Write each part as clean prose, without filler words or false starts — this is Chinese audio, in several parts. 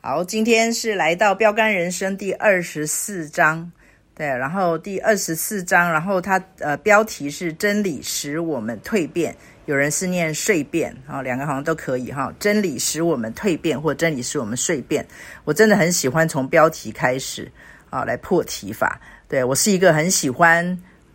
好，今天是来到标杆人生第24章，对，然后第24章，然后它标题是真理使我们蜕变，有人是念蜕变，两个好像都可以哈，真理使我们蜕变或真理使我们蜕变。我真的很喜欢从标题开始来破题法。对，我是一个很喜欢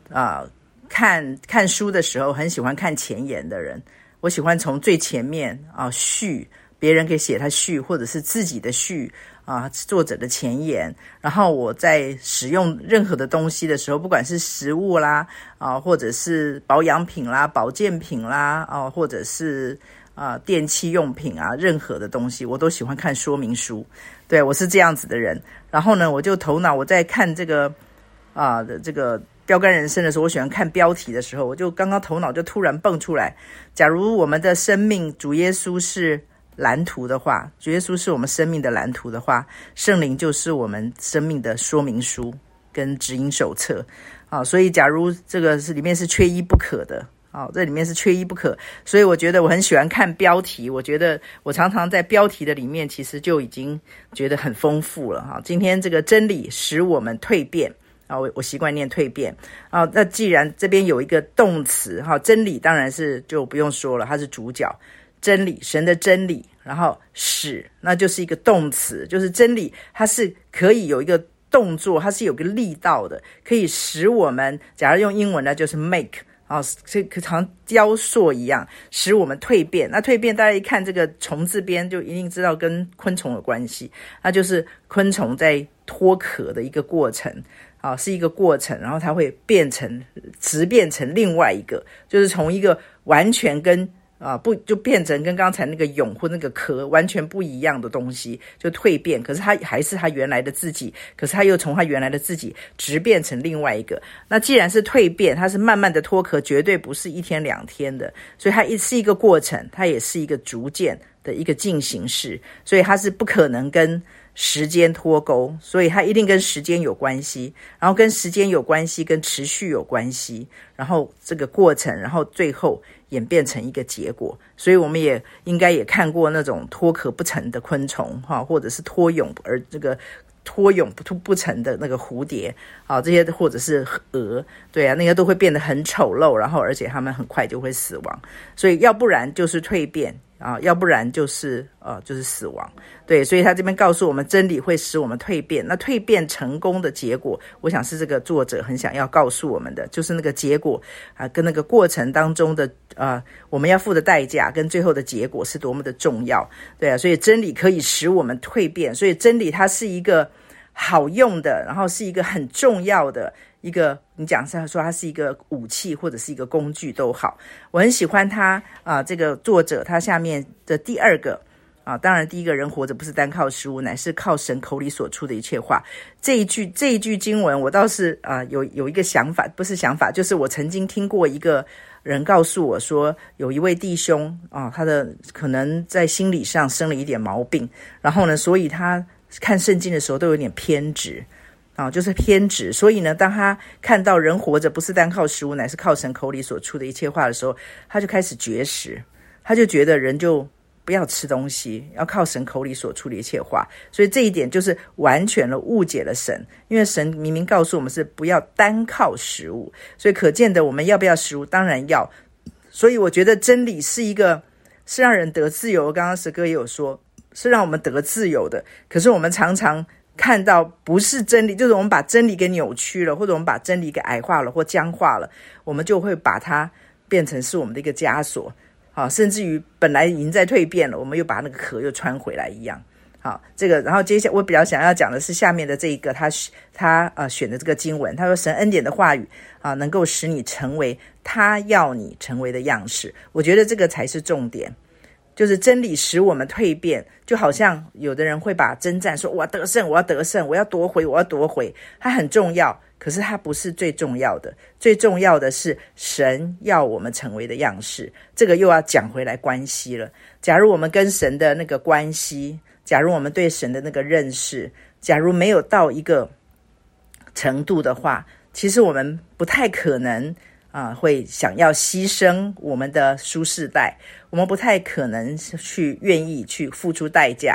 看书的时候很喜欢看前言的人，我喜欢从最前面序。别人可以写他序，或者是自己的序作者的前言。然后我在使用任何的东西的时候，不管是食物啦或者是保养品啦、保健品啦或者是电器用品任何的东西，我都喜欢看说明书。对，我是这样子的人。然后呢，我就头脑我在看这个这个标杆人生的时候，我喜欢看标题的时候，我就刚刚头脑就突然蹦出来，假如我们的生命主耶稣是蓝图的话，主耶稣是我们生命的蓝图的话，圣灵就是我们生命的说明书跟指引手册所以假如这个里面是缺一不可的这里面是缺一不可，所以我觉得我很喜欢看标题，我觉得我常常在标题的里面其实就已经觉得很丰富了今天这个真理使我们蜕变我习惯念蜕变那既然这边有一个动词真理当然是就不用说了，它是主角，真理，神的真理，然后使，那就是一个动词，就是真理它是可以有一个动作，它是有个力道的，可以使我们，假如用英文呢就是 make这个像雕塑一样使我们蜕变。那蜕变大家一看这个虫字边就一定知道跟昆虫有关系，那就是昆虫在脱壳的一个过程是一个过程，然后它会质变成另外一个，就是从一个完全跟不就变成跟刚才那个蛹或那个壳完全不一样的东西，就蜕变。可是它还是它原来的自己，可是它又从它原来的自己质变成另外一个。那既然是蜕变，它是慢慢的脱壳，绝对不是一天两天的，所以它是一个过程，它也是一个逐渐的一个进行式，所以它是不可能跟时间脱钩，所以它一定跟时间有关系，然后跟时间有关系，跟持续有关系，然后这个过程，然后最后演变成一个结果。所以我们也应该也看过那种脱壳不成的昆虫或者是脱蛹不成的那个蝴蝶这些或者是蛾，对那个都会变得很丑陋，然后而且它们很快就会死亡。所以要不然就是蜕变要不然就是死亡。对，所以他这边告诉我们真理会使我们蜕变。那蜕变成功的结果，我想是这个作者很想要告诉我们的，就是那个结果跟那个过程当中的我们要付的代价跟最后的结果是多么的重要。对所以真理可以使我们蜕变，所以真理它是一个好用的，然后是一个很重要的一个，你讲是说它是一个武器或者是一个工具都好。我很喜欢他这个作者他下面的第二个当然第一个，人活着不是单靠食物，乃是靠神口里所出的一切话。这一句经文我倒是有一个想法，不是想法，就是我曾经听过一个人告诉我说，有一位弟兄他的可能在心理上生了一点毛病，然后呢所以他看圣经的时候都有点偏执就是偏执。所以呢当他看到人活着不是单靠食物，乃是靠神口里所出的一切话的时候，他就开始绝食，他就觉得人就不要吃东西，要靠神口里所出的一切话。所以这一点就是完全的误解了神，因为神明明告诉我们是不要单靠食物，所以可见的我们要不要食物，当然要。所以我觉得真理是让人得自由，刚刚石哥也有说是让我们得自由的，可是我们常常看到不是真理，就是我们把真理给扭曲了，或者我们把真理给矮化了或僵化了，我们就会把它变成是我们的一个枷锁甚至于本来已经在蜕变了，我们又把那个壳又穿回来一样这个。然后接下来我比较想要讲的是下面的这一个他选的这个经文，他说神恩典的话语能够使你成为他要你成为的样式。我觉得这个才是重点，就是真理使我们蜕变。就好像有的人会把征战说我要得胜，我要得胜，我要夺回，它很重要，可是它不是最重要的。最重要的是神要我们成为的样式。这个又要讲回来关系了。假如我们跟神的那个关系，假如我们对神的那个认识，假如没有到一个程度的话，其实我们不太可能会想要牺牲我们的舒适带，我们不太可能去愿意去付出代价，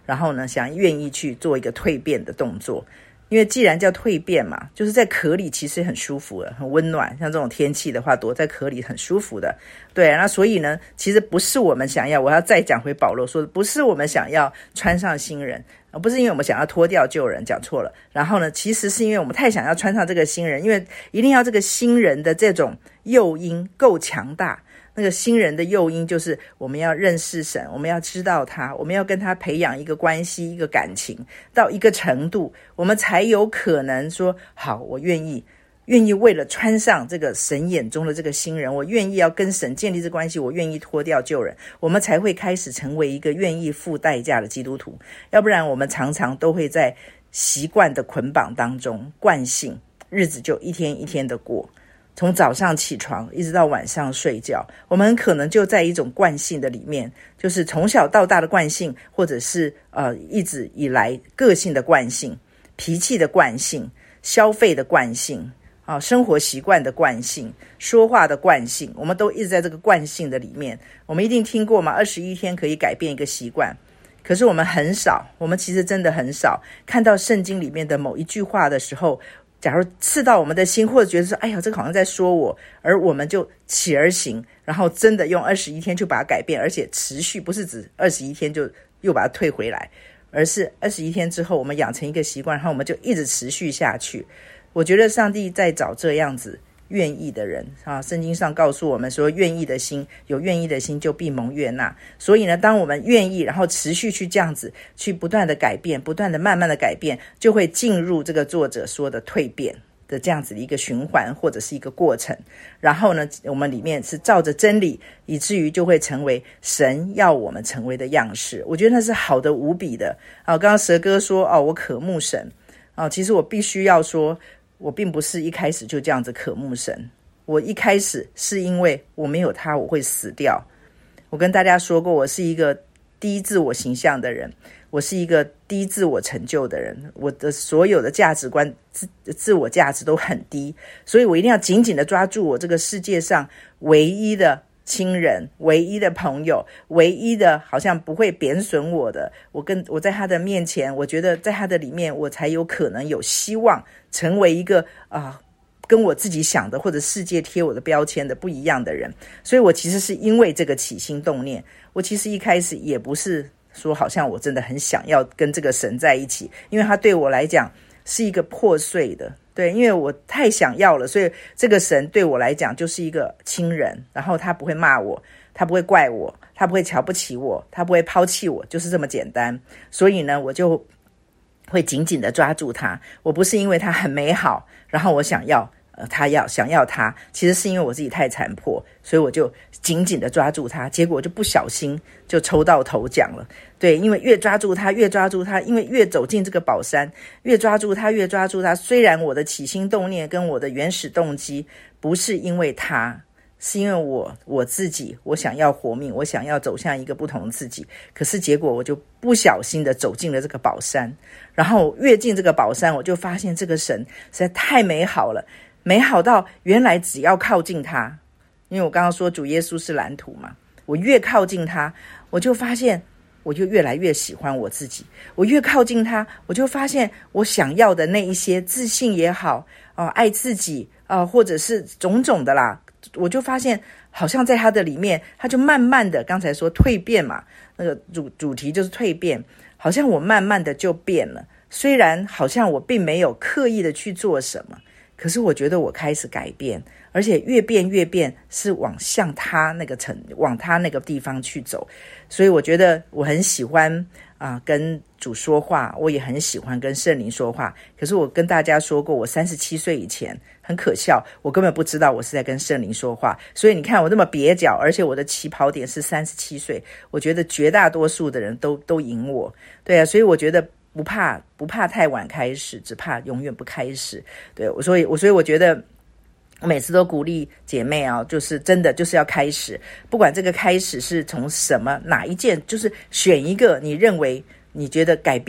然后呢愿意去做一个蜕变的动作。因为既然叫蜕变嘛，就是在壳里其实很舒服了，很温暖，像这种天气的话躲在壳里很舒服的。对，那所以呢其实不是我们想要，我要再讲回保罗说的，不是我们想要穿上新人，不是因为我们想要脱掉旧人，讲错了。然后呢其实是因为我们太想要穿上这个新人，因为一定要这个新人的这种诱因够强大。那个新人的诱因就是我们要认识神，我们要知道他，我们要跟他培养一个关系，一个感情到一个程度，我们才有可能说好，我愿意为了穿上这个神眼中的这个新人，我愿意要跟神建立这关系，我愿意脱掉旧人，我们才会开始成为一个愿意付代价的基督徒。要不然我们常常都会在习惯的捆绑当中，惯性日子就一天一天的过，从早上起床一直到晚上睡觉，我们可能就在一种惯性的里面，就是从小到大的惯性，或者是一直以来个性的惯性、脾气的惯性、消费的惯性、生活习惯的惯性、说话的惯性，我们都一直在这个惯性的里面。我们一定听过嘛，21天可以改变一个习惯。可是我们很少，我们其实真的很少看到圣经里面的某一句话的时候，假如刺到我们的心，或者觉得说哎呀这个好像在说我，而我们就起而行，然后真的用21天就把它改变，而且持续，不是指21天就又把它退回来，而是21天之后我们养成一个习惯，然后我们就一直持续下去。我觉得上帝在找这样子愿意的人圣经上告诉我们说，愿意的心，有愿意的心就必蒙悦纳。所以呢当我们愿意，然后持续去这样子去不断的改变，不断的慢慢的改变，就会进入这个作者说的蜕变的这样子的一个循环，或者是一个过程。然后呢我们里面是照着真理，以至于就会成为神要我们成为的样式。我觉得那是好的无比的刚刚蛇哥说我渴慕神其实我必须要说，我并不是一开始就这样子渴慕神，我一开始是因为我没有他我会死掉。我跟大家说过，我是一个低自我形象的人，我是一个低自我成就的人，我的所有的价值观自我价值都很低，所以我一定要紧紧的抓住我这个世界上唯一的亲人，唯一的朋友，唯一的好像不会贬损我的，我在他的面前，我觉得在他的里面我才有可能有希望成为一个跟我自己想的或者世界贴我的标签的不一样的人。所以我其实是因为这个起心动念，我其实一开始也不是说好像我真的很想要跟这个神在一起，因为他对我来讲是一个破碎的，对，因为我太想要了，所以这个神对我来讲就是一个亲人，然后他不会骂我，他不会怪我，他不会瞧不起我，他不会抛弃我，就是这么简单。所以呢我就会紧紧的抓住他，我不是因为他很美好，然后我想要想要他，其实是因为我自己太残破，所以我就紧紧的抓住他，结果就不小心就抽到头奖了。对，因为越抓住他，因为越走进这个宝山，越抓住他，虽然我的起心动念跟我的原始动机不是因为他，是因为我自己，我想要活命，我想要走向一个不同的自己，可是结果我就不小心的走进了这个宝山，然后越进这个宝山，我就发现这个神实在太美好了，美好到原来只要靠近他，因为我刚刚说主耶稣是蓝图嘛，我越靠近他，我就发现我就越来越喜欢我自己，我越靠近他，我就发现我想要的那一些自信也好爱自己或者是种种的啦，我就发现好像在他的里面，他就慢慢的，刚才说蜕变嘛，那个主题就是蜕变，好像我慢慢的就变了，虽然好像我并没有刻意的去做什么，可是我觉得我开始改变，而且越变是往他那个地方去走。所以我觉得我很喜欢跟主说话，我也很喜欢跟圣灵说话。可是我跟大家说过，我37岁以前很可笑，我根本不知道我是在跟圣灵说话。所以你看我那么蹩脚，而且我的起跑点是37岁，我觉得绝大多数的人都赢我。对啊，所以我觉得不怕太晚开始，只怕永远不开始。对，所以我觉得我每次都鼓励姐妹就是真的就是要开始，不管这个开始是从哪一件，就是选一个你认为你觉得改变了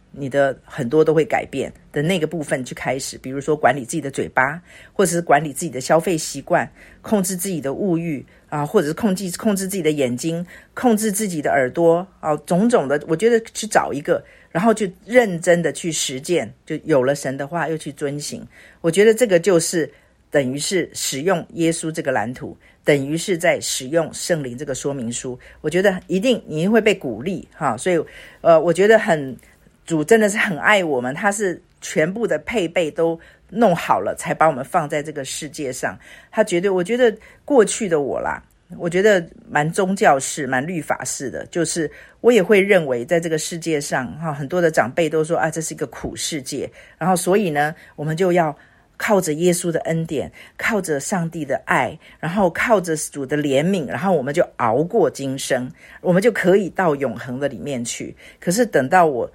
你的很多都会改变的那个部分去开始，比如说管理自己的嘴巴，或者是管理自己的消费习惯，控制自己的物欲啊，或者是控制自己的眼睛，控制自己的耳朵啊，种种的，我觉得去找一个，然后就认真的去实践，就有了神的话又去遵行。我觉得这个就是等于是使用耶稣这个蓝图，等于是在使用圣灵这个说明书。我觉得一定你会被鼓励哈，所以我觉得主真的是很爱我们，他是全部的配备都弄好了才把我们放在这个世界上。他我觉得过去的我啦，我觉得蛮宗教式蛮律法式的，就是我也会认为在这个世界上很多的长辈都说这是一个苦世界，然后所以呢我们就要靠着耶稣的恩典，靠着上帝的爱，然后靠着主的怜悯，然后我们就熬过今生，我们就可以到永恒的里面去。可是等到我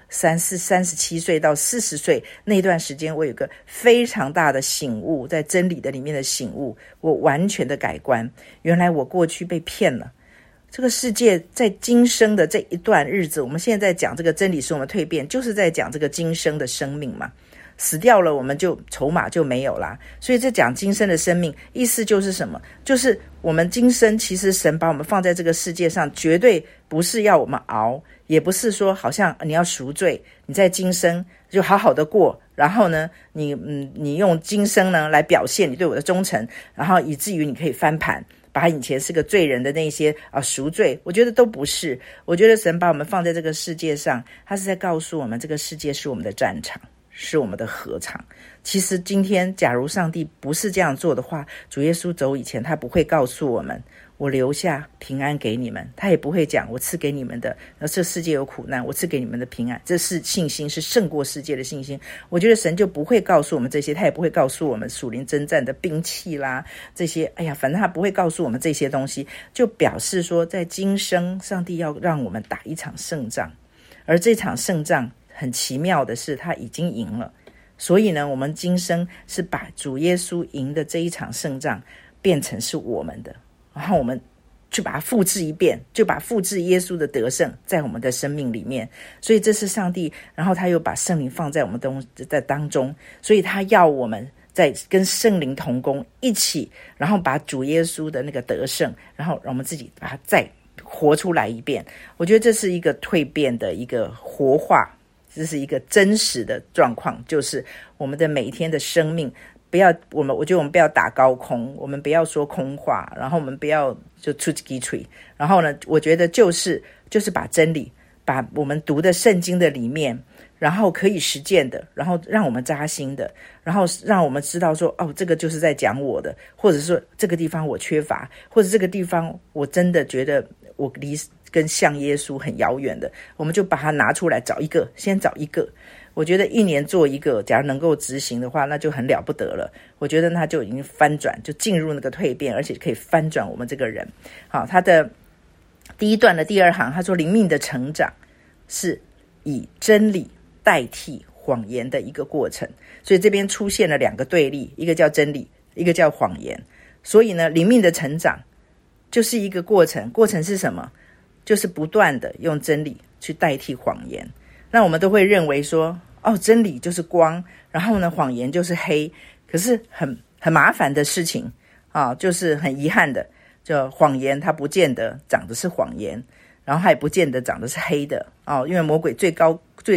37岁到40岁那段时间，我有个非常大的醒悟，在真理的里面的醒悟，我完全的改观。原来我过去被骗了，这个世界在今生的这一段日子，我们现在在讲这个真理使我们蜕变，就是在讲这个今生的生命嘛。死掉了我们就筹码就没有啦，所以这讲今生的生命意思就是什么，就是我们今生其实神把我们放在这个世界上，绝对不是要我们熬，也不是说好像你要赎罪，你在今生就好好的过，然后呢你用今生呢来表现你对我的忠诚，然后以至于你可以翻盘，把他以前是个罪人的那些赎罪，我觉得都不是。我觉得神把我们放在这个世界上，他是在告诉我们这个世界是我们的战场，是我们的禾场。其实今天假如上帝不是这样做的话，主耶稣走以前他不会告诉我们我留下平安给你们，他也不会讲我赐给你们的这世界有苦难，我赐给你们的平安，这是信心，是胜过世界的信心。我觉得神就不会告诉我们这些，他也不会告诉我们属灵征战的兵器啦，这些反正他不会告诉我们这些东西，就表示说在今生上帝要让我们打一场胜仗，而这场胜仗很奇妙的是他已经赢了。所以呢我们今生是把主耶稣赢的这一场胜仗变成是我们的，然后我们去把它复制一遍，就把复制耶稣的得胜在我们的生命里面。所以这是上帝，然后他又把圣灵放在我们的当中，所以他要我们在跟圣灵同工一起，然后把主耶稣的那个得胜，然后让我们自己把它再活出来一遍。我觉得这是一个蜕变的一个活化，这是一个真实的状况，就是我们的每一天的生命我觉得我们不要打高空，我们不要说空话，然后我们不要就出几嘴，然后呢我觉得就是把真理，把我们读的圣经的里面，然后可以实践的，然后让我们扎心的，然后让我们知道说这个就是在讲我的，或者说这个地方我缺乏，或者这个地方我真的觉得我离跟像耶稣很遥远的，我们就把它拿出来先找一个。我觉得1年做一个，假如能够执行的话，那就很了不得了。我觉得他就已经翻转，就进入那个蜕变，而且可以翻转我们这个人。好，他的第一段的第2行，他说灵命的成长是以真理代替谎言的一个过程，所以这边出现了2个对立，一个叫真理，一个叫谎言。所以呢灵命的成长就是一个过程，过程是什么？就是不断的用真理去代替谎言。那我们都会认为说真理就是光，然后呢谎言就是黑，可是很麻烦的事情就是很遗憾的，就谎言它不见得长的是谎言，然后它也不见得长的是黑的因为魔鬼最高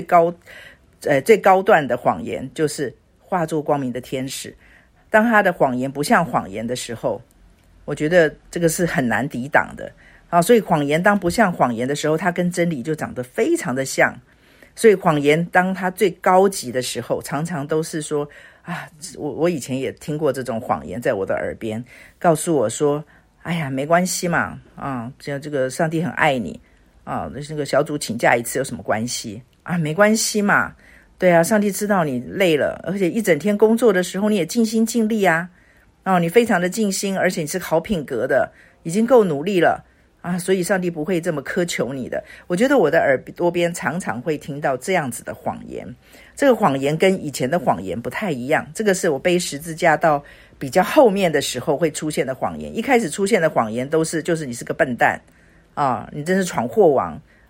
段的谎言就是化作光明的天使。当他的谎言不像谎言的时候，我觉得这个是很难抵挡的所以谎言当不像谎言的时候，它跟真理就长得非常的像。所以谎言当它最高级的时候，常常都是说我以前也听过这种谎言在我的耳边，告诉我说没关系嘛这个上帝很爱你那个小组请假一次有什么关系没关系嘛，对上帝知道你累了，而且一整天工作的时候你也尽心尽力你非常的尽心，而且你是好品格的，已经够努力了所以上帝不会这么苛求你的。我觉得我的耳朵边常常会听到这样子的谎言，这个谎言跟以前的谎言不太一样，这个是我背十字架到比较后面的时候会出现的谎言。一开始出现的谎言都是就是你是个笨蛋你真是闯祸王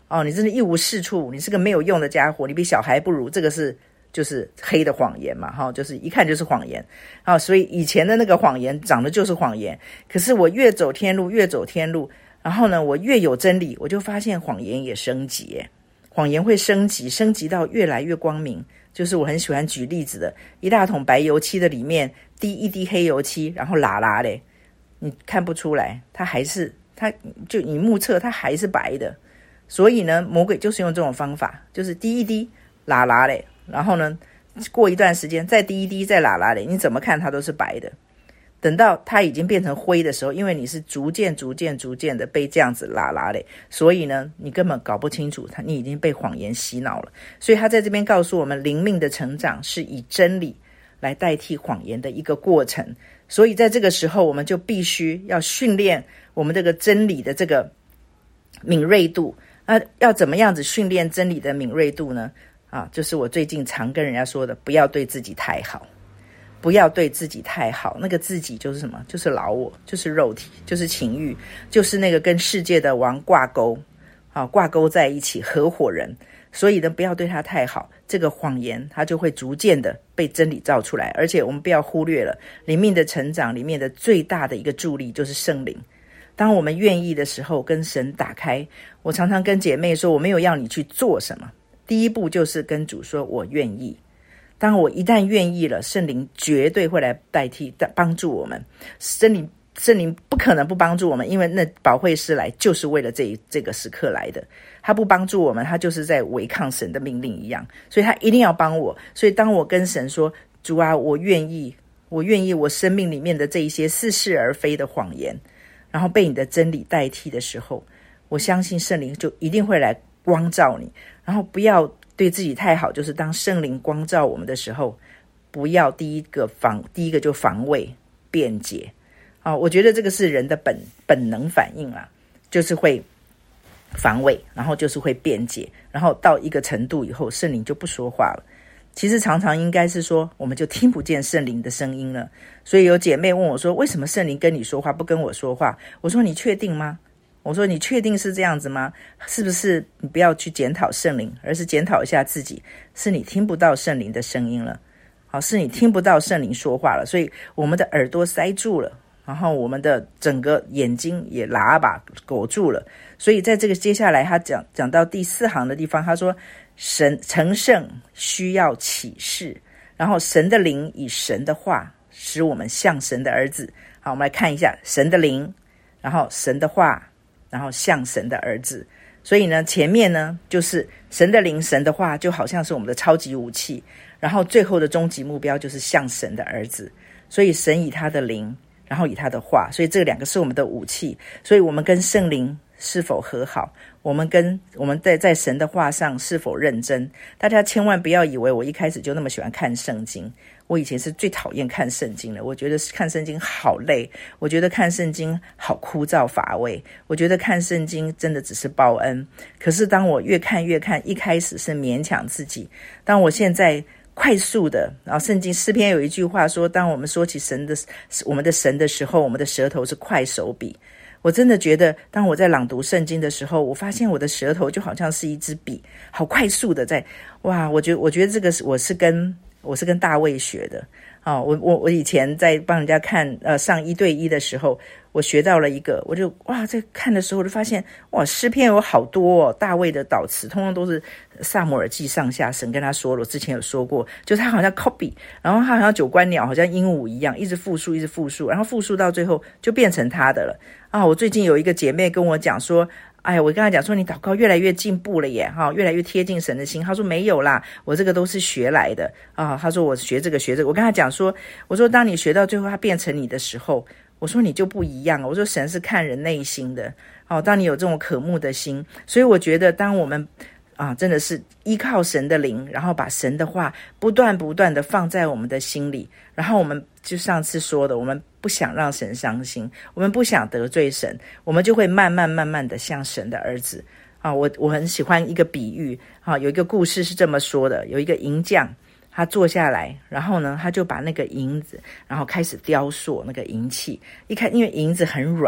你真的一无是处，你是个没有用的家伙，你比小孩不如，这个就是黑的谎言嘛，就是一看就是谎言。所以以前的那个谎言长得就是谎言，可是我越走天路，然后呢，我越有真理，我就发现谎言也升级，谎言会升级到越来越光明。就是我很喜欢举例子的，一大桶白油漆的里面滴一滴黑油漆，然后喇喇嘞，你看不出来，它就你目测它还是白的。所以呢，魔鬼就是用这种方法，就是滴一滴喇喇嘞，然后呢过一段时间再滴一滴再喇喇嘞，你怎么看它都是白的。等到它已经变成灰的时候，因为你是逐渐的被这样子拉嘞，所以呢你根本搞不清楚你已经被谎言洗脑了。所以他在这边告诉我们，灵命的成长是以真理来代替谎言的一个过程。所以在这个时候，我们就必须要训练我们这个真理的这个敏锐度。要怎么样子训练真理的敏锐度呢？就是我最近常跟人家说的，不要对自己太好。不要对自己太好，那个自己就是什么？就是老我，就是肉体，就是情欲，就是那个跟世界的王挂钩在一起，合伙人。所以呢，不要对他太好，这个谎言它就会逐渐的被真理照出来。而且我们不要忽略了灵命的成长里面的最大的一个助力就是圣灵。当我们愿意的时候，跟神打开。我常常跟姐妹说，我没有要你去做什么，第一步就是跟主说我愿意。当我一旦愿意了，圣灵绝对会来代替帮助我们。圣灵不可能不帮助我们，因为那保惠师来就是为了这个时刻来的。他不帮助我们，他就是在违抗神的命令一样，所以他一定要帮我。所以当我跟神说，主啊，我愿意我生命里面的这一些似是而非的谎言，然后被你的真理代替的时候，我相信圣灵就一定会来光照你。然后不要对自己太好，就是当圣灵光照我们的时候，不要第一个就防卫辩解。我觉得这个是人的本能反应啦，就是会防卫，然后就是会辩解，然后到一个程度以后，圣灵就不说话了。其实常常应该是说，我们就听不见圣灵的声音了。所以有姐妹问我说，为什么圣灵跟你说话不跟我说话？我说你确定吗？我说你确定是这样子吗？是不是你不要去检讨圣灵，而是检讨一下自己，是你听不到圣灵的声音了，是你听不到圣灵说话了。所以我们的耳朵塞住了，然后我们的整个眼睛也喇叭裹住了。所以在这个接下来他讲到第4行的地方，他说神成圣需要启示，然后神的灵以神的话使我们像神的儿子。好，我们来看一下神的灵，然后神的话，然后像神的儿子。所以呢，前面呢就是神的灵神的话就好像是我们的超级武器，然后最后的终极目标就是像神的儿子。所以神以他的灵，然后以他的话，所以这两个是我们的武器。所以我们跟圣灵是否和好，我们在神的话上是否认真。大家千万不要以为我一开始就那么喜欢看圣经，我以前是最讨厌看圣经的。我觉得看圣经好累，我觉得看圣经好枯燥乏味，我觉得看圣经真的只是报恩。可是当我越看，一开始是勉强自己，当我现在快速的，然后圣经诗篇有一句话说，当我们说起我们的神的时候，我们的舌头是快手笔。我真的觉得当我在朗读圣经的时候，我发现我的舌头就好像是一支笔，好快速的在我觉得这个我是跟大卫学的。我以前在帮人家看上1对1的时候，我学到了一个，我就在看的时候我就发现诗篇有好多大卫的祷词通通都是撒母耳记上下神跟他说了。我之前有说过，就他好像 copy， 然后他好像九官鸟好像鹦鹉一样，一直复述，然后复述到最后就变成他的了。我最近有一个姐妹跟我讲说，我跟她讲说你祷告越来越进步了耶，越来越贴近神的心。她说没有啦，我这个都是学来的她说我学这个。我跟她讲说，我说当你学到最后它变成你的时候，我说你就不一样了。我说神是看人内心的当你有这种渴慕的心。所以我觉得当我们真的是依靠神的灵，然后把神的话不断的放在我们的心里，然后我们就上次说的，我们不想让神伤心，我们不想得罪神，我们就会慢慢的像神的儿子我很喜欢一个比喻有一个故事是这么说的，有一个银匠，他坐下来，然后呢他就把那个银子，然后开始雕塑那个银器。因为银子很软，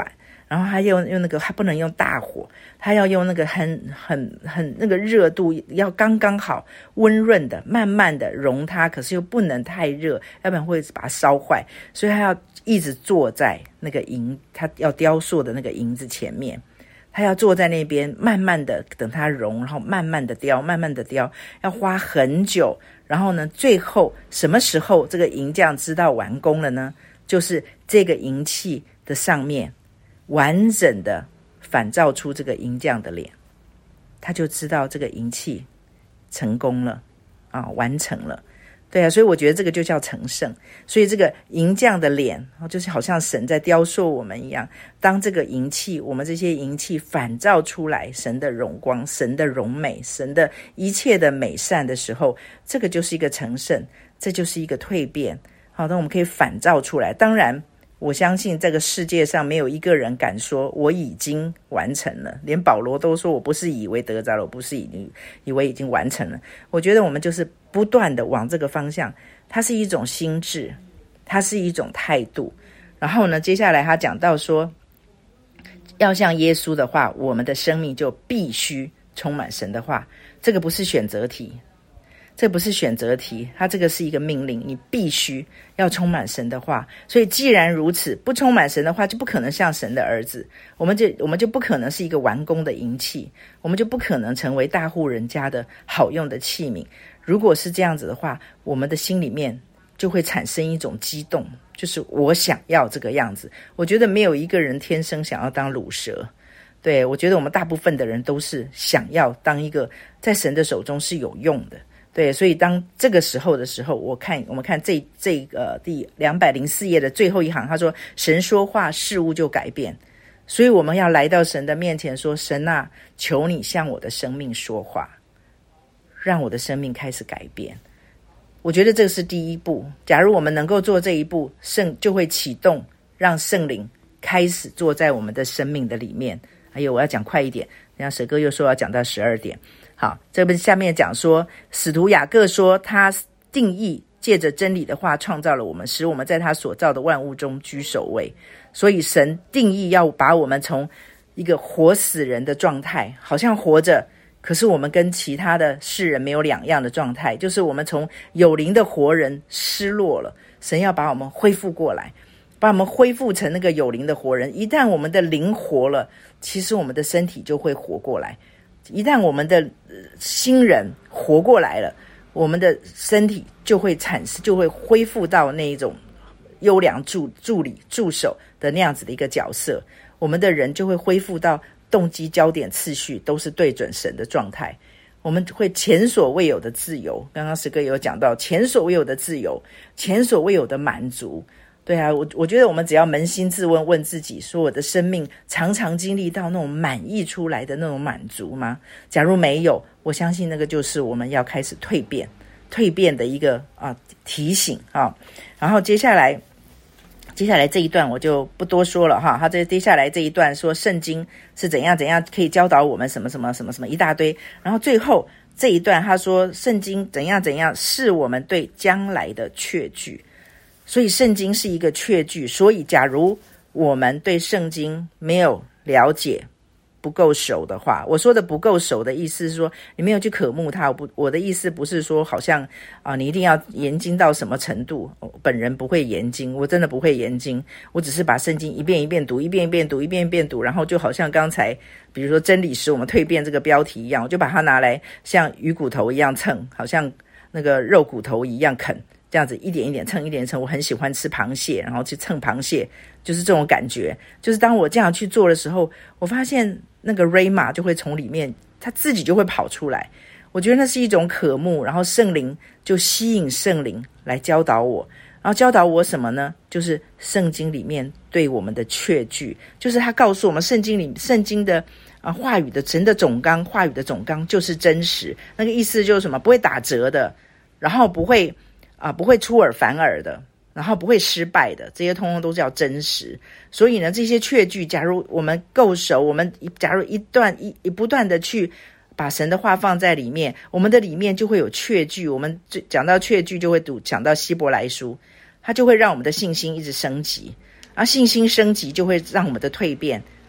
然后他用那个，他不能用大火，他要用那个很那个热度要刚刚好，温润的，慢慢的融它，可是又不能太热，要不然会把它烧坏。所以他要一直坐在那个银，他要雕塑的那个银子前面，他要坐在那边，慢慢的等它融，然后慢慢的雕，慢慢的雕，要花很久。然后呢，最后什么时候这个银匠知道完工了呢？就是这个银器的上面完整的反照出这个银匠的脸，他就知道这个银器成功了啊，完成了。对啊，所以我觉得这个就叫成圣。所以这个银匠的脸就是好像神在雕塑我们一样，当这个银器，我们这些银器反照出来神的荣光，神的荣美，神的一切的美善的时候，这个就是一个成圣，这就是一个蜕变。好，那我们可以反照出来。当然我相信这个世界上没有一个人敢说我已经完成了，连保罗都说我不是以为得着了，我不是以为已经完成了。我觉得我们就是不断的往这个方向，它是一种心智，它是一种态度。然后呢，接下来他讲到说，要像耶稣的话，我们的生命就必须充满神的话。这个不是选择题，这不是选择题，它这个是一个命令，你必须要充满神的话。所以既然如此，不充满神的话，就不可能像神的儿子，我们就不可能是一个完工的银器，我们就不可能成为大户人家的好用的器皿。如果是这样子的话，我们的心里面就会产生一种激动，就是我想要这个样子。我觉得没有一个人天生想要当乳蛇，对，我觉得我们大部分的人都是想要当一个在神的手中是有用的。对，所以当这个时候的时候，我们看这第204页的最后一行，他说神说话，事物就改变。所以我们要来到神的面前说，神啊，求你向我的生命说话，让我的生命开始改变。我觉得这是第一步。假如我们能够做这一步，就会启动，让圣灵开始坐在我们的生命的里面。还有我要讲快一点，等下蛇哥又说要讲到12点。好，这边下面讲说，使徒雅各说，他定义借着真理的话创造了我们，使我们在他所造的万物中居首位。所以神定义要把我们从一个活死人的状态，好像活着，可是我们跟其他的世人没有两样的状态，就是我们从有灵的活人失落了，神要把我们恢复过来，把我们恢复成那个有灵的活人。一旦我们的灵活了，其实我们的身体就会活过来。一旦我们的新人活过来了，我们的身体就会恢复到那一种优良助理助手的那样子的一个角色，我们的人就会恢复到动机焦点次序都是对准神的状态，我们会前所未有的自由。刚刚石哥有讲到前所未有的自由，前所未有的满足。对啊，我觉得我们只要扪心自问，问自己说，我的生命常常经历到那种满意出来的那种满足吗？假如没有，我相信那个就是我们要开始蜕变的一个提醒啊。然后接下来这一段我就不多说了哈。他接下来这一段说圣经是怎样可以教导我们什么什么什么什么一大堆。然后最后这一段他说圣经怎样是我们对将来的确据。所以圣经是一个确据，所以假如我们对圣经没有了解，不够熟的话，我说的不够熟的意思是说你没有去渴慕它。我的意思不是说好像你一定要研经到什么程度。本人不会研经，我真的不会研经，我只是把圣经一遍一遍读，一遍一遍读，一遍一遍读，然后就好像刚才比如说真理使我们蜕变这个标题一样，我就把它拿来像鱼骨头一样蹭，好像那个肉骨头一样啃，这样子一点一点蹭一点蹭。我很喜欢吃螃蟹，然后去蹭螃蟹，就是这种感觉。就是当我这样去做的时候，我发现那个 Rhema 就会从里面它自己就会跑出来。我觉得那是一种渴慕，然后圣灵就吸引圣灵来教导我。然后教导我什么呢？就是圣经里面对我们的确据，就是他告诉我们圣经的话语的神的总纲，话语的总纲就是真实。那个意思就是什么？不会打折的，然后不会出尔反尔的，然后不会失败的，这些通通都叫真实。所以呢，这些确据假如我们够熟，我们假如不断的去把神的话放在里面，我们的里面就会有确据。我们讲到确据就会讲到希伯来书，它就会让我们的信心一直升级，而信心升级就会让我们的蜕变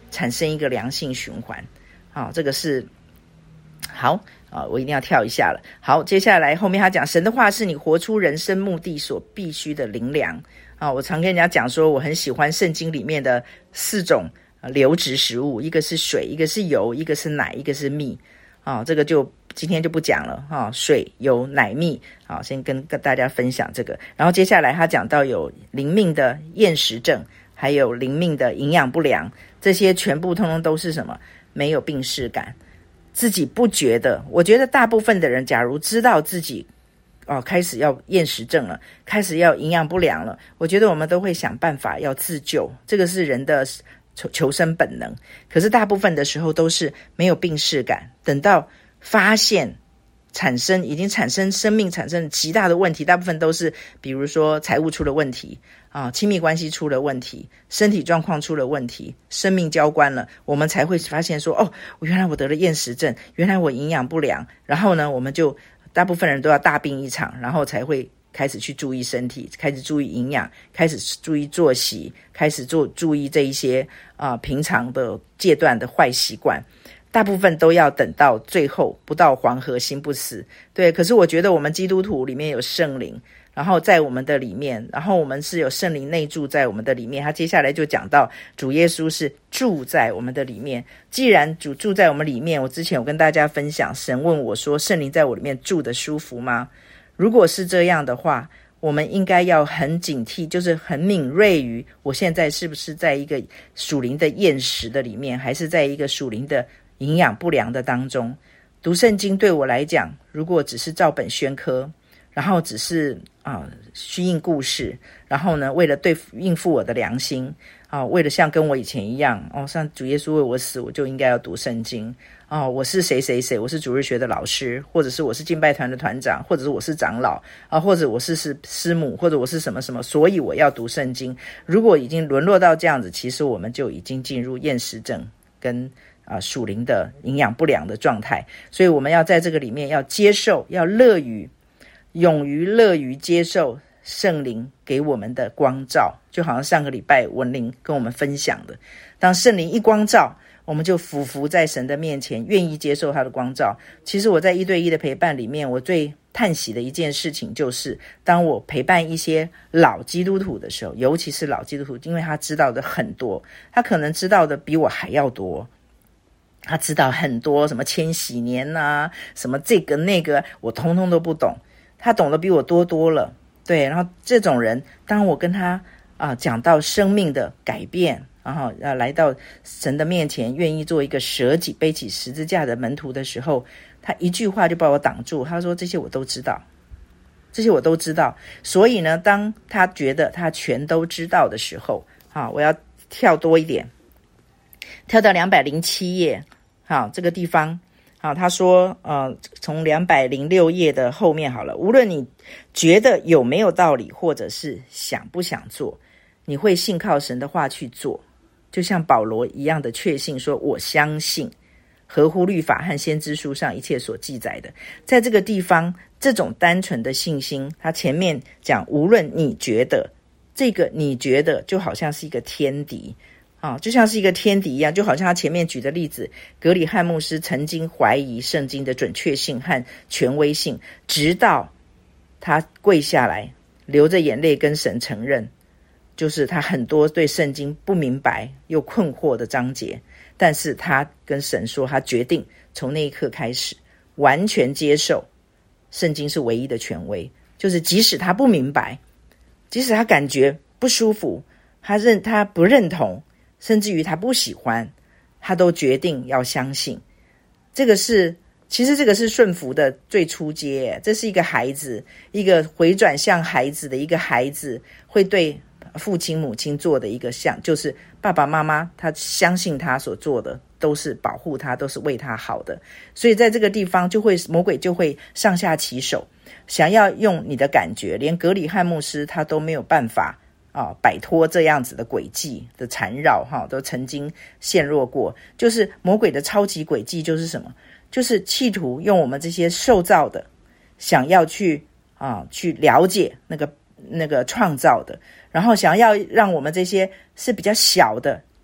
产生一个良性循环。好，这个是好我一定要跳一下了。好，接下来后面他讲神的话是你活出人生目的所必须的灵粮。我常跟人家讲说我很喜欢圣经里面的4种流质食物，一个是水，一个是油，一个是奶，一个是蜜。这个就今天就不讲了水油奶蜜。好，先跟大家分享这个。然后接下来他讲到有灵命的厌食症，还有灵命的营养不良，这些全部通通都是什么？没有病识感，自己不觉得。我觉得大部分的人假如知道自己开始要厌食症了，开始要营养不良了，我觉得我们都会想办法要自救，这个是人的求生本能。可是大部分的时候都是没有病识感，等到发现已经产生生命产生极大的问题，大部分都是比如说财务出了问题亲密关系出了问题，身体状况出了问题，生命交关了，我们才会发现说原来我得了厌食症，原来我营养不良。然后呢，我们就大部分人都要大病一场，然后才会开始去注意身体，开始注意营养，开始注意作息，开始注意这一些平常的戒断的坏习惯。大部分都要等到最后，不到黄河心不死。对，可是我觉得我们基督徒里面有圣灵，然后在我们的里面，然后我们是有圣灵内住在我们的里面。他接下来就讲到主耶稣是住在我们的里面。既然主住在我们里面，我之前有跟大家分享，神问我说圣灵在我里面住得舒服吗？如果是这样的话，我们应该要很警惕，就是很敏锐于我现在是不是在一个属灵的厌食的里面，还是在一个属灵的营养不良的当中。读圣经对我来讲，如果只是照本宣科，然后只是虚应故事，然后呢为了应付我的良心为了像跟我以前一样像主耶稣为我死，我就应该要读圣经我是谁谁谁，我是主日学的老师，或者是我是敬拜团的团长，或者是我是长老或者我是师母，或者我是什么什么，所以我要读圣经。如果已经沦落到这样子，其实我们就已经进入厌食症跟属灵的营养不良的状态。所以我们要在这个里面要接受，要勇于乐于接受圣灵给我们的光照。就好像上个礼拜文玲跟我们分享的，当圣灵一光照，我们就俯伏在神的面前，愿意接受他的光照。其实我在1对1的陪伴里面，我最叹息的一件事情就是，当我陪伴一些老基督徒的时候，尤其是老基督徒，因为他知道的很多，他可能知道的比我还要多，他知道很多什么千禧年什么这个那个，我通通都不懂，他懂得比我多了。对，然后这种人，当我跟他讲到生命的改变，然后来到神的面前，愿意做一个舍己背起十字架的门徒的时候，他一句话就把我挡住。他说这些我都知道，这些我都知道。所以呢，当他觉得他全都知道的时候我要跳多一点，跳到207页这个地方他说从206页的后面好了，无论你觉得有没有道理，或者是想不想做，你会信靠神的话去做，就像保罗一样的确信说我相信合乎律法和先知书上一切所记载的。在这个地方，这种单纯的信心，他前面讲无论你觉得，这个你觉得就好像是一个天敌就像是一个天敌一样，就好像他前面举的例子，格里汉牧师曾经怀疑圣经的准确性和权威性，直到他跪下来流着眼泪跟神承认，就是他很多对圣经不明白又困惑的章节，但是他跟神说，他决定从那一刻开始完全接受圣经是唯一的权威，就是即使他不明白，即使他感觉不舒服，他不认同，甚至于他不喜欢，他都决定要相信。其实这个是顺服的最初阶，这是一个孩子，一个回转向孩子的一个孩子会对父亲母亲做的一个像，就是爸爸妈妈他相信他所做的都是保护他，都是为他好的。所以在这个地方魔鬼就会上下其手，想要用你的感觉，连格里汉牧师他都没有办法摆脱这样子的诡计的缠绕都曾经陷落过。就是魔鬼的超级诡计就是什么？就是企图用我们这些受造的，想要去了解那个创造的，然后想要让我们这些是比较小的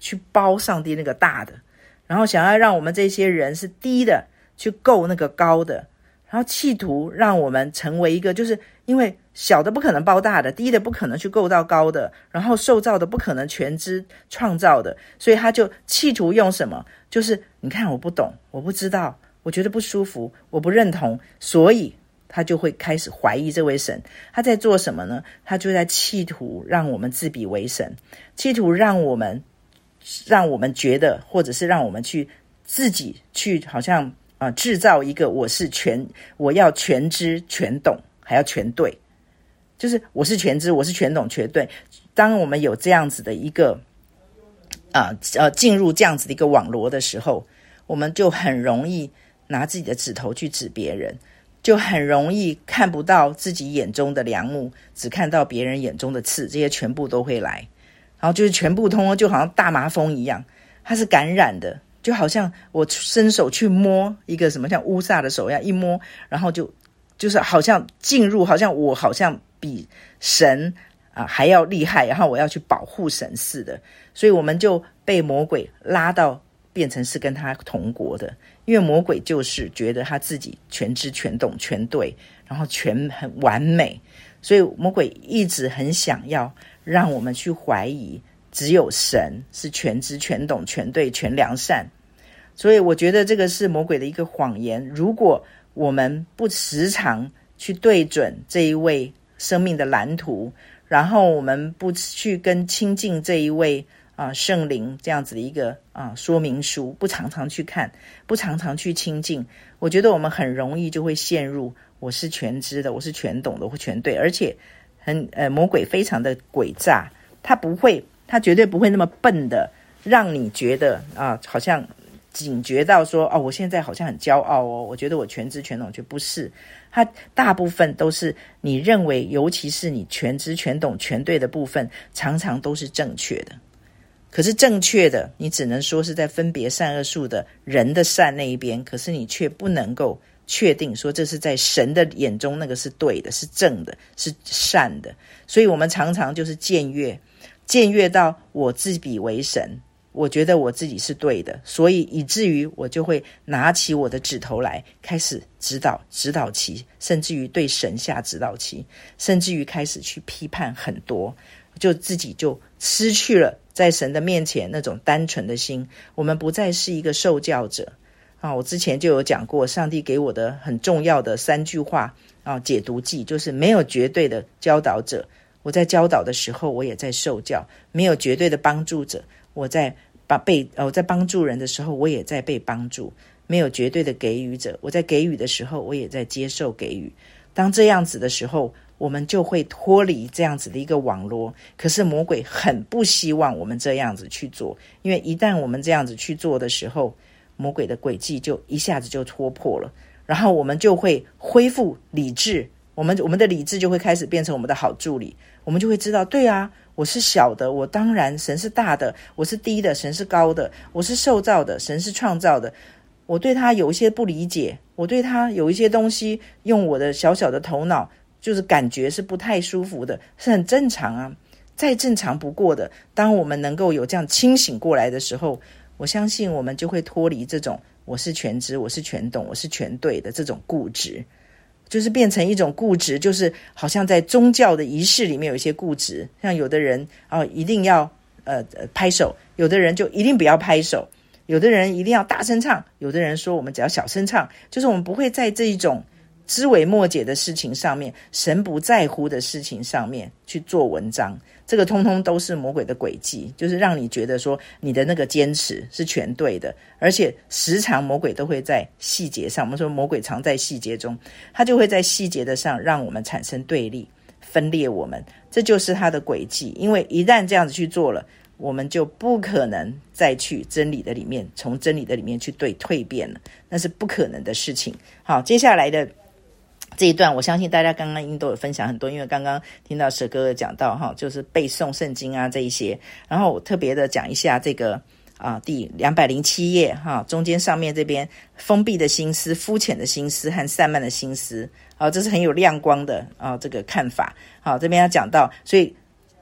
去包上帝那个大的，然后想要让我们这些人是低的去够那个高的，然后企图让我们成为一个，就是因为小的不可能包大的，低的不可能去够到高的，然后受造的不可能全知创造的，所以他就企图用什么，就是你看我不懂，我不知道，我觉得不舒服，我不认同，所以他就会开始怀疑这位神。他在做什么呢？他就在企图让我们自比为神，企图让我们觉得，或者是让我们去自己去好像制造一个我要全知全懂还要全对，就是我是全知我是全懂全对。当我们有这样子的一个进入这样子的一个网罗的时候，我们就很容易拿自己的指头去指别人，就很容易看不到自己眼中的梁木，只看到别人眼中的刺，这些全部都会来，然后就是全部通通就好像大麻风一样，它是感染的，就好像我伸手去摸一个什么像乌撒的手一样，一摸然后就是好像进入，好像我好像比神还要厉害，然后我要去保护神似的，所以我们就被魔鬼拉到变成是跟他同国的，因为魔鬼就是觉得他自己全知全懂全对，然后很完美，所以魔鬼一直很想要让我们去怀疑只有神是全知全懂全对全良善。所以我觉得这个是魔鬼的一个谎言，如果我们不时常去对准这一位生命的蓝图，然后我们不去跟亲近这一位圣灵这样子的一个说明书，不常常去看，不常常去亲近，我觉得我们很容易就会陷入我是全知的，我是全懂的，或全对，而且魔鬼非常的诡诈，他绝对不会那么笨的让你觉得好像警觉到说我现在好像很骄傲我觉得我全知全懂，却不是，它大部分都是你认为，尤其是你全知全懂全对的部分，常常都是正确的。可是正确的你只能说是在分别善恶树的人的善那一边，可是你却不能够确定说这是在神的眼中那个是对的，是正的，是善的。所以我们常常就是僭越到我自比为神，我觉得我自己是对的，所以以至于我就会拿起我的指头来开始指导棋，甚至于对神下指导棋，甚至于开始去批判很多，就自己就失去了在神的面前那种单纯的心。我们不再是一个受教者我之前就有讲过，上帝给我的很重要的3句话解读记，就是没有绝对的教导者，我在教导的时候我也在受教；没有绝对的帮助者，我在帮助人的时候我也在被帮助；没有绝对的给予者，我在给予的时候我也在接受给予。当这样子的时候，我们就会脱离这样子的一个网络。可是魔鬼很不希望我们这样子去做，因为一旦我们这样子去做的时候，魔鬼的诡计就一下子就戳破了，然后我们就会恢复理智，我们的理智就会开始变成我们的好助理，我们就会知道，对啊，我是小的，我当然神是大的，我是低的，神是高的，我是受造的，神是创造的，我对他有一些不理解，我对他有一些东西用我的小小的头脑就是感觉是不太舒服的，是很正常啊，再正常不过的。当我们能够有这样清醒过来的时候，我相信我们就会脱离这种我是全知我是全懂我是全对的这种固执，就是变成一种固执，就是好像在宗教的仪式里面有一些固执，像有的人一定要拍手，有的人就一定不要拍手，有的人一定要大声唱，有的人说我们只要小声唱，就是我们不会在这一种枝微末节的事情上面，神不在乎的事情上面去做文章，这个通通都是魔鬼的诡计，就是让你觉得说你的那个坚持是全对的，而且时常魔鬼都会在细节上，我们说魔鬼常在细节中，他就会在细节的上让我们产生对立，分裂我们，这就是他的诡计。因为一旦这样子去做了，我们就不可能再去真理的里面，从真理的里面去蜕变了，那是不可能的事情。好，接下来的这一段我相信大家刚刚应都有分享很多，因为刚刚听到舍哥讲到就是背诵圣经这一些，然后我特别的讲一下这个第207页中间上面这边封闭的心思、肤浅的心思和散漫的心思这是很有亮光的这个看法。这边要讲到，所以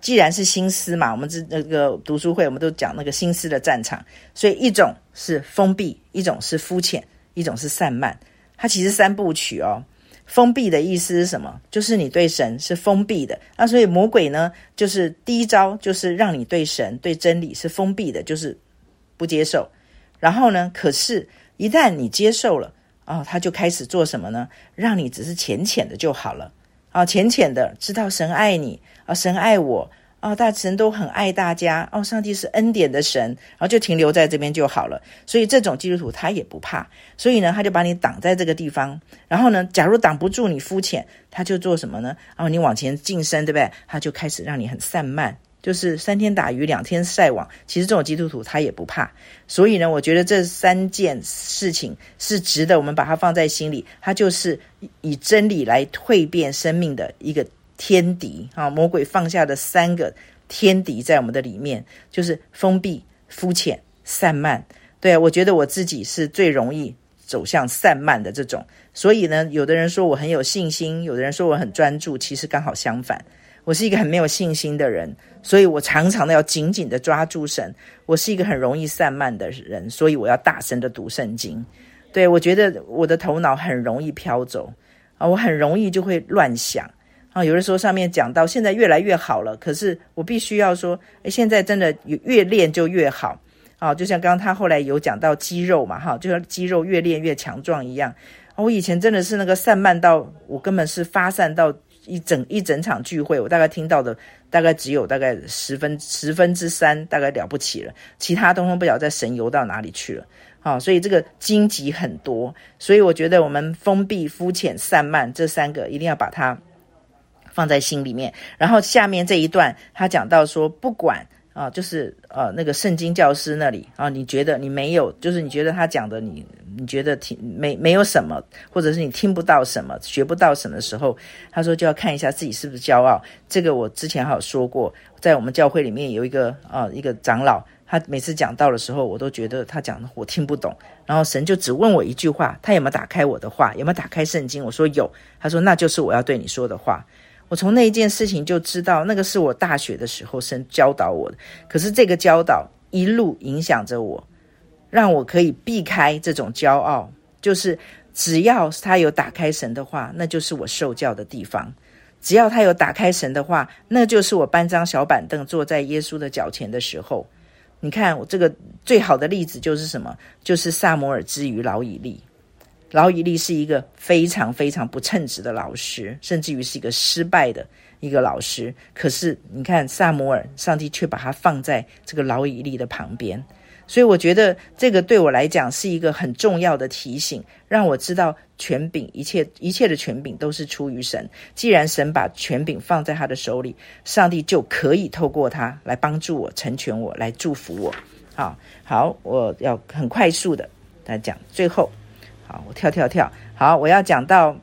既然是心思嘛，我们那个读书会我们都讲那个心思的战场，所以一种是封闭，一种是肤浅，一种是散漫。它其实三部曲哦。封闭的意思是什么？就是你对神是封闭的。那所以魔鬼呢，就是第一招就是让你对神对真理是封闭的，就是不接受。然后呢，可是一旦你接受了他就开始做什么呢？让你只是浅浅的就好了浅浅的知道神爱你神爱我大神都很爱大家上帝是恩典的神，然后就停留在这边就好了。所以这种基督徒他也不怕，所以呢他就把你挡在这个地方。然后呢，假如挡不住你肤浅，他就做什么呢？你往前晋升，对不对？他就开始让你很散漫，就是3天打鱼2天晒网。其实这种基督徒他也不怕。所以呢，我觉得这3件事情是值得我们把它放在心里。它就是以真理来蜕变生命的一个天敌魔鬼放下的3个天敌在我们的里面，就是封闭、肤浅、散漫。对我觉得我自己是最容易走向散漫的这种。所以呢，有的人说我很有信心，有的人说我很专注，其实刚好相反。我是一个很没有信心的人，所以我常常的要紧紧的抓住神。我是一个很容易散漫的人，所以我要大声的读圣经。对，我觉得我的头脑很容易飘走我很容易就会乱想有的时候上面讲到现在越来越好了，可是我必须要说现在真的越练就越好就像刚刚他后来有讲到肌肉嘛就像肌肉越练越强壮一样我以前真的是那个散漫到我根本是发散到一整场聚会，我大概听到的大概只有大概10分之3，大概了不起了，其他通通不晓得在神游到哪里去了所以这个荆棘很多。所以我觉得我们封闭、肤浅、散漫这3个一定要把它放在心里面。然后下面这一段他讲到说，不管就是那个圣经教师那里你觉得你没有，就是你觉得他讲的你觉得没有什么，或者是你听不到什么，学不到什么的时候，他说就要看一下自己是不是骄傲。这个我之前还有说过，在我们教会里面有一个长老，他每次讲道的时候，我都觉得他讲的我听不懂，然后神就只问我一句话，他有没有打开我的话，有没有打开圣经？我说有，他说那就是我要对你说的话。我从那一件事情就知道，那个是我大学的时候神教导我的，可是这个教导一路影响着我，让我可以避开这种骄傲，就是只要他有打开神的话，那就是我受教的地方。只要他有打开神的话，那就是我搬张小板凳坐在耶稣的脚前的时候。你看我这个最好的例子就是什么？就是撒母耳之于老以利。老以利是一个非常非常不称职的老师，甚至于是一个失败的一个老师，可是你看撒母耳，上帝却把他放在这个老以利的旁边。所以我觉得这个对我来讲是一个很重要的提醒，让我知道权柄一切的权柄都是出于神。既然神把权柄放在他的手里，上帝就可以透过他来帮助我、成全我、来祝福我。好，我要很快速的来讲最后。好，我跳。好，我要讲到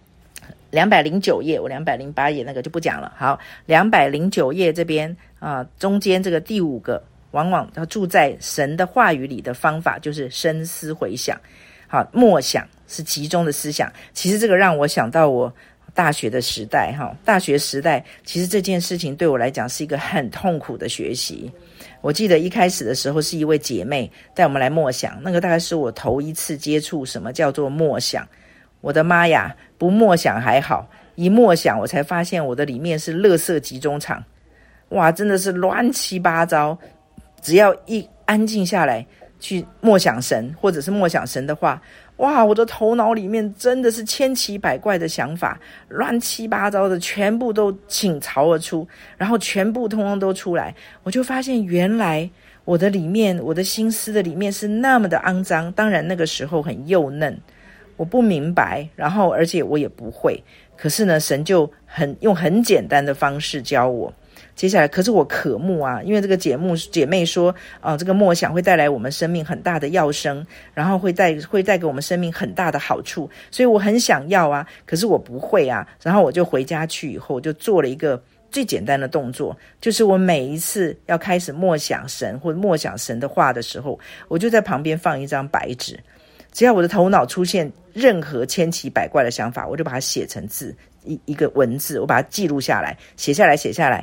209页，我208页那个就不讲了。好，209页这边中间这个第5个，往往要住在神的话语里的方法，就是深思回想。好，默想是集中的思想。其实这个让我想到我大学的时代大学时代，其实这件事情对我来讲是一个很痛苦的学习。我记得一开始的时候是一位姐妹带我们来默想，那个大概是我头一次接触什么叫做默想。我的妈呀，不默想还好，一默想我才发现我的里面是垃圾集中场。哇，真的是乱七八糟。只要一安静下来去默想神，或者是默想神的话，哇，我的头脑里面真的是千奇百怪的想法，乱七八糟的全部都倾巢而出，然后全部通通都出来。我就发现原来我的里面，我的心思的里面是那么的肮脏。当然那个时候很幼嫩，我不明白，然后而且我也不会，可是呢神就用很简单的方式教我。接下来可是我渴慕因为这个姐妹说这个默想会带来我们生命很大的要生，然后会带给我们生命很大的好处，所以我很想要可是我不会然后我就回家去以后，我就做了一个最简单的动作，就是我每一次要开始默想神或者默想神的话的时候，我就在旁边放一张白纸，只要我的头脑出现任何千奇百怪的想法，我就把它写成字，一个文字，我把它记录下来，写下来。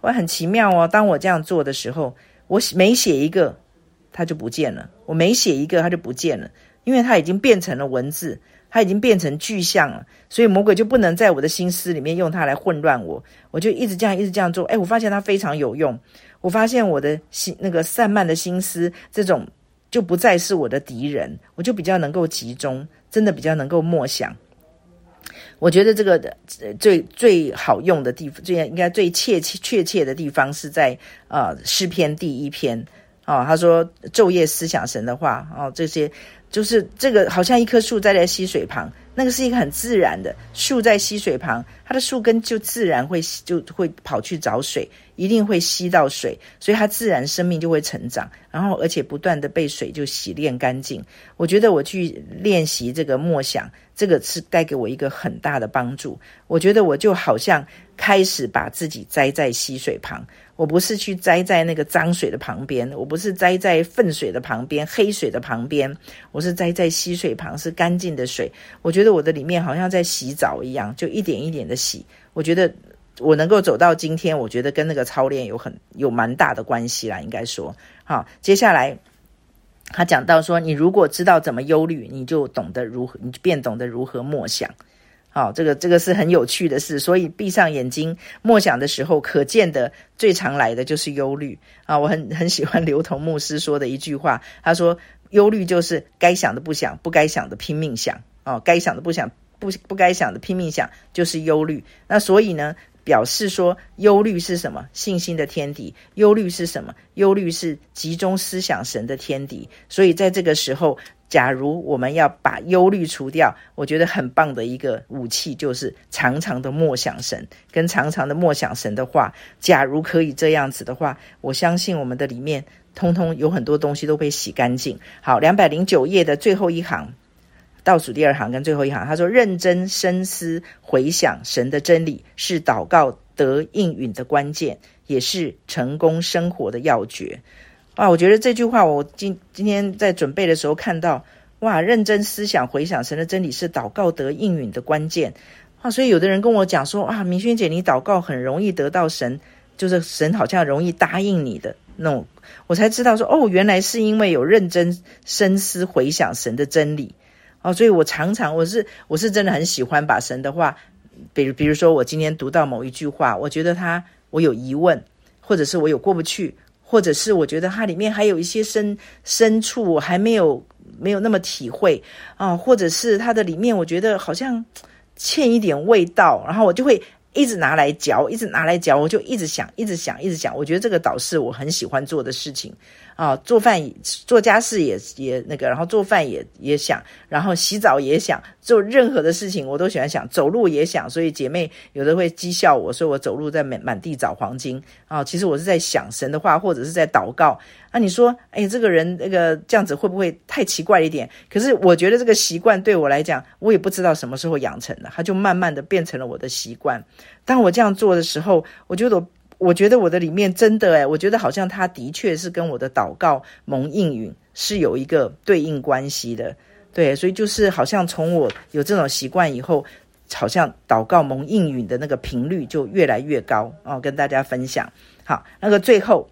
我很奇妙哦，当我这样做的时候，我每写一个它就不见了，我每写一个它就不见了，因为它已经变成了文字，它已经变成具象了，所以魔鬼就不能在我的心思里面用它来混乱我，我就一直这样做。我发现它非常有用，我发现我的那个散漫的心思这种就不再是我的敌人，我就比较能够集中，真的比较能够默想。我觉得这个最好用的地方，应该最确切的地方是在诗篇第1篇他说昼夜思想神的话这些就是这个好像一棵树栽在溪水旁，那个是一个很自然的树在溪水旁，它的树根就自然会跑去找水，一定会吸到水，所以它自然生命就会成长，然后而且不断的被水就洗炼干净。我觉得我去练习这个默想，这个是带给我一个很大的帮助。我觉得我就好像开始把自己栽在溪水旁，我不是去栽在那个脏水的旁边，我不是栽在粪水的旁边、黑水的旁边，我是栽在溪水旁，是干净的水。我觉得我的里面好像在洗澡一样，就一点一点的洗。我觉得我能够走到今天，我觉得跟那个操练有蛮大的关系啦，应该说。好，接下来他讲到说，你如果知道怎么忧虑，你就便懂得如何默想。好，这个是很有趣的事，所以闭上眼睛默想的时候，可见的最常来的就是忧虑我很喜欢刘同牧师说的一句话，他说忧虑就是该想的不想，不该想的拼命想该想的不想，不该想的拼命想，就是忧虑。那所以呢，表示说忧虑是什么？信心的天敌。忧虑是什么？忧虑是集中思想神的天敌。所以在这个时候，假如我们要把忧虑除掉，我觉得很棒的一个武器就是常常的默想神，跟常常的默想神的话。假如可以这样子的话，我相信我们的里面通通有很多东西都被洗干净。好，209页的最后一行，倒数第2行跟最后一行，他说认真深思回想神的真理，是祷告得应允的关键，也是成功生活的要诀。我觉得这句话我今天在准备的时候看到，认真思想回想神的真理是祷告得应允的关键所以有的人跟我讲说明轩姐你祷告很容易得到神，就是神好像容易答应你的那种，我才知道说原来是因为有认真深思回想神的真理所以我常常我是真的很喜欢把神的话，比如说我今天读到某一句话，我觉得我有疑问，或者是我有过不去，或者是我觉得它里面还有一些深处我还没有那么体会或者是它的里面我觉得好像欠一点味道，然后我就会一直拿来嚼，我就一直想。我觉得这个倒是我很喜欢做的事情做饭做家事也那个，然后做饭也想，然后洗澡也想，做任何的事情我都喜欢想，走路也想。所以姐妹有的会讥笑我说我走路在满地找黄金其实我是在想神的话，或者是在祷告你说这个人那个这样子会不会太奇怪一点？可是我觉得这个习惯对我来讲，我也不知道什么时候养成的，它就慢慢的变成了我的习惯。当我这样做的时候，我觉得我的里面真的我觉得好像它的确是跟我的祷告蒙应允是有一个对应关系的。对，所以就是好像从我有这种习惯以后，好像祷告蒙应允的那个频率就越来越高跟大家分享。好，那个最后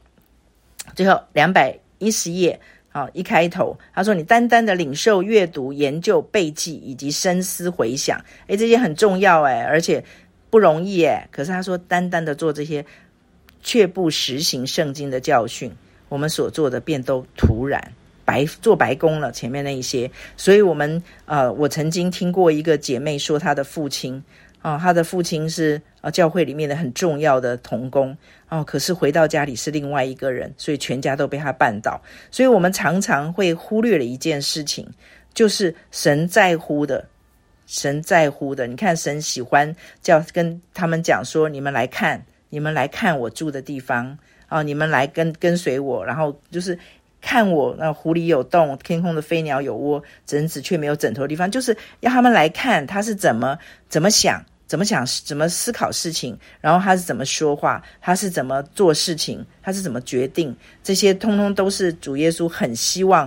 210页一开头他说你单单的领受、阅读、研究、背记以及深思回想这些很重要而且不容易可是他说单单的做这些却不实行圣经的教训，我们所做的便都徒然做白工了，前面那一些。所以我曾经听过一个姐妹说她的父亲她的父亲是教会里面的很重要的同工可是回到家里是另外一个人，所以全家都被他绊倒。所以我们常常会忽略了一件事情，就是神在乎的。你看神喜欢跟他们讲说，你们来看我住的地方你们来跟随我，然后就是看我那湖里有洞，天空的飞鸟有窝，人子却没有枕头的地方，就是要他们来看他是怎么想，怎么思考事情，然后他是怎么说话，他是怎么做事情，他是怎么决定，这些通通都是主耶稣很希望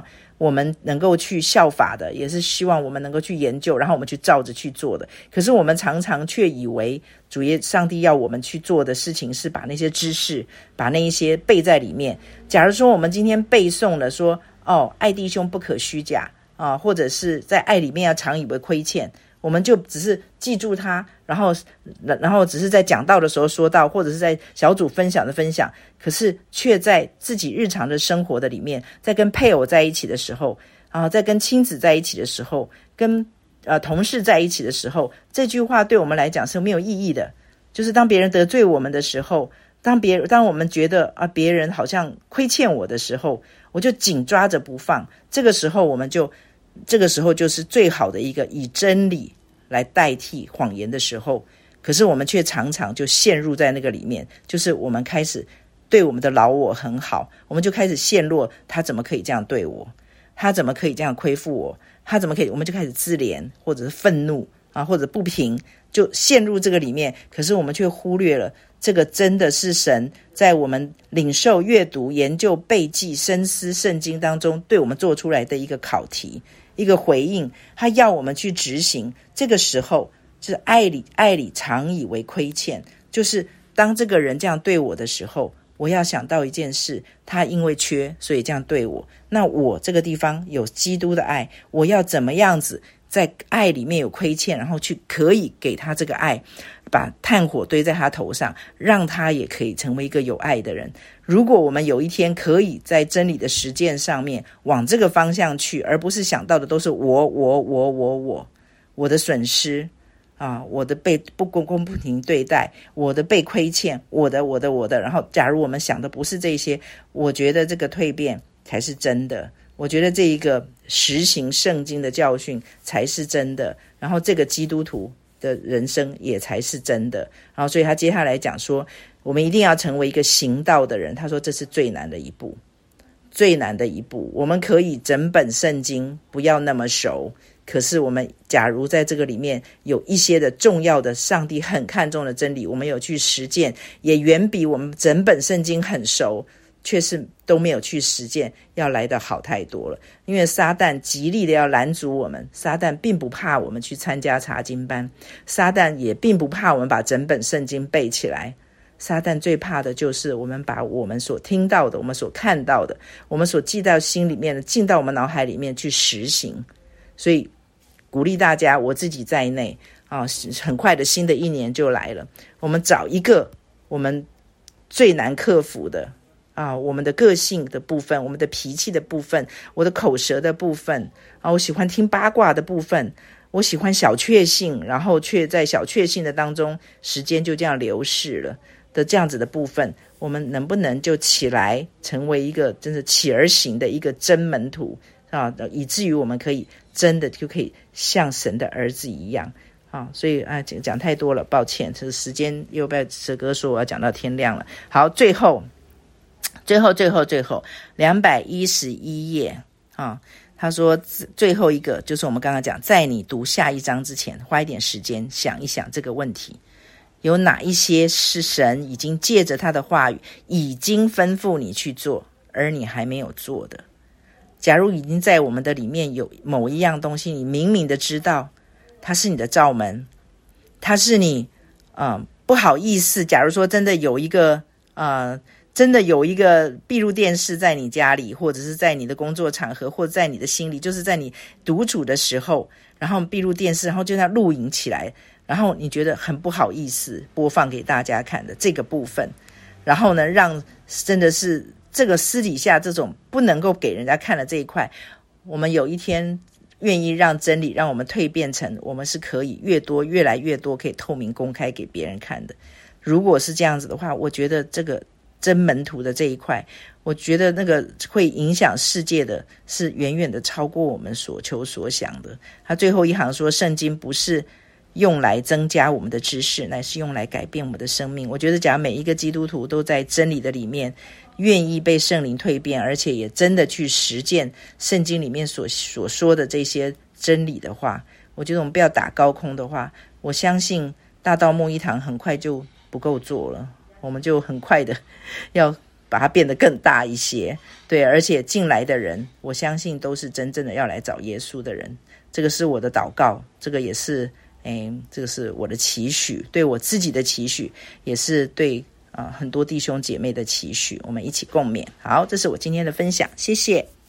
我们能够去效法的，也是希望我们能够去研究，然后我们去照着去做的。可是我们常常却以为主耶上帝要我们去做的事情是把那些知识，把那一些背在里面。假如说我们今天背诵了说爱弟兄不可虚假或者是在爱里面要常以为亏欠，我们就只是记住它，然后只是在讲道的时候说到，或者是在小组分享的分享，可是却在自己日常的生活的里面，在跟配偶在一起的时候在跟亲子在一起的时候，跟同事在一起的时候，这句话对我们来讲是没有意义的。就是当别人得罪我们的时候，当我们觉得别人好像亏欠我的时候，我就紧抓着不放。这个时候就是最好的一个以真理来代替谎言的时候。可是我们却常常就陷入在那个里面，就是我们开始对我们的老我很好，我们就开始陷落，他怎么可以这样对我，他怎么可以这样亏负我，他怎么可以，我们就开始自怜或者是愤怒或者不平，就陷入这个里面。可是我们却忽略了这个真的是神在我们领受、阅读、研究、背记、深思圣经当中对我们做出来的一个考题，一个回应，他要我们去执行。这个时候就是爱里常以为亏欠，就是当这个人这样对我的时候，我要想到一件事，他因为缺所以这样对我，那我这个地方有基督的爱，我要怎么样子在爱里面有亏欠，然后去可以给他这个爱，把炭火堆在他头上，让他也可以成为一个有爱的人。如果我们有一天可以在真理的实践上面往这个方向去，而不是想到的都是我的损失我的被不公平对待，我的被亏欠，我的，然后假如我们想的不是这些，我觉得这个蜕变才是真的，我觉得这一个实行圣经的教训才是真的，然后这个基督徒的人生也才是真的。然后所以他接下来讲说，我们一定要成为一个行道的人，他说这是最难的一步，最难的一步。我们可以整本圣经不要那么熟，可是我们假如在这个里面有一些的重要的上帝很看重的真理，我们有去实践，也远比我们整本圣经很熟却是都没有去实践要来得好太多了。因为撒旦极力的要拦阻我们，撒旦并不怕我们去参加查经班，撒旦也并不怕我们把整本圣经背起来，撒旦最怕的就是我们把我们所听到的，我们所看到的，我们所记到心里面的，进到我们脑海里面去实行。所以鼓励大家，我自己在内很快的新的一年就来了，我们找一个我们最难克服的我们的个性的部分，我们的脾气的部分，我的口舌的部分我喜欢听八卦的部分，我喜欢小确幸，然后却在小确幸的当中时间就这样流逝了的这样子的部分，我们能不能就起来成为一个真的起而行的一个真门徒以至于我们可以真的就可以像神的儿子一样所以讲太多了，抱歉，这时间又被哲哥说我要讲到天亮了。好，最后211页他说最后一个就是我们刚刚讲，在你读下一章之前花一点时间想一想这个问题，有哪一些是神已经借着他的话语已经吩咐你去做而你还没有做的。假如已经在我们的里面有某一样东西，你明明的知道它是你的罩门，它是你不好意思，假如说真的有一个闭路电视在你家里，或者是在你的工作场合，或者在你的心里，就是在你独处的时候，然后闭路电视，然后就那录影起来，然后你觉得很不好意思播放给大家看的这个部分，然后呢让真的是这个私底下这种不能够给人家看的这一块，我们有一天愿意让真理让我们蜕变成我们是可以越来越多可以透明公开给别人看的。如果是这样子的话，我觉得这个真门徒的这一块，我觉得那个会影响世界的是远远的超过我们所求所想的。他最后一行说，圣经不是用来增加我们的知识，乃是用来改变我们的生命。我觉得假如每一个基督徒都在真理的里面愿意被圣灵蜕变，而且也真的去实践圣经里面所说的这些真理的话，我觉得我们不要打高空的话，我相信大道牧一堂很快就不够做了，我们就很快的要把它变得更大一些。对，而且进来的人，我相信都是真正的要来找耶稣的人。这个是我的祷告，这个也是这个是我的期许，对我自己的期许，也是对很多弟兄姐妹的期许，我们一起共勉。好，这是我今天的分享，谢谢。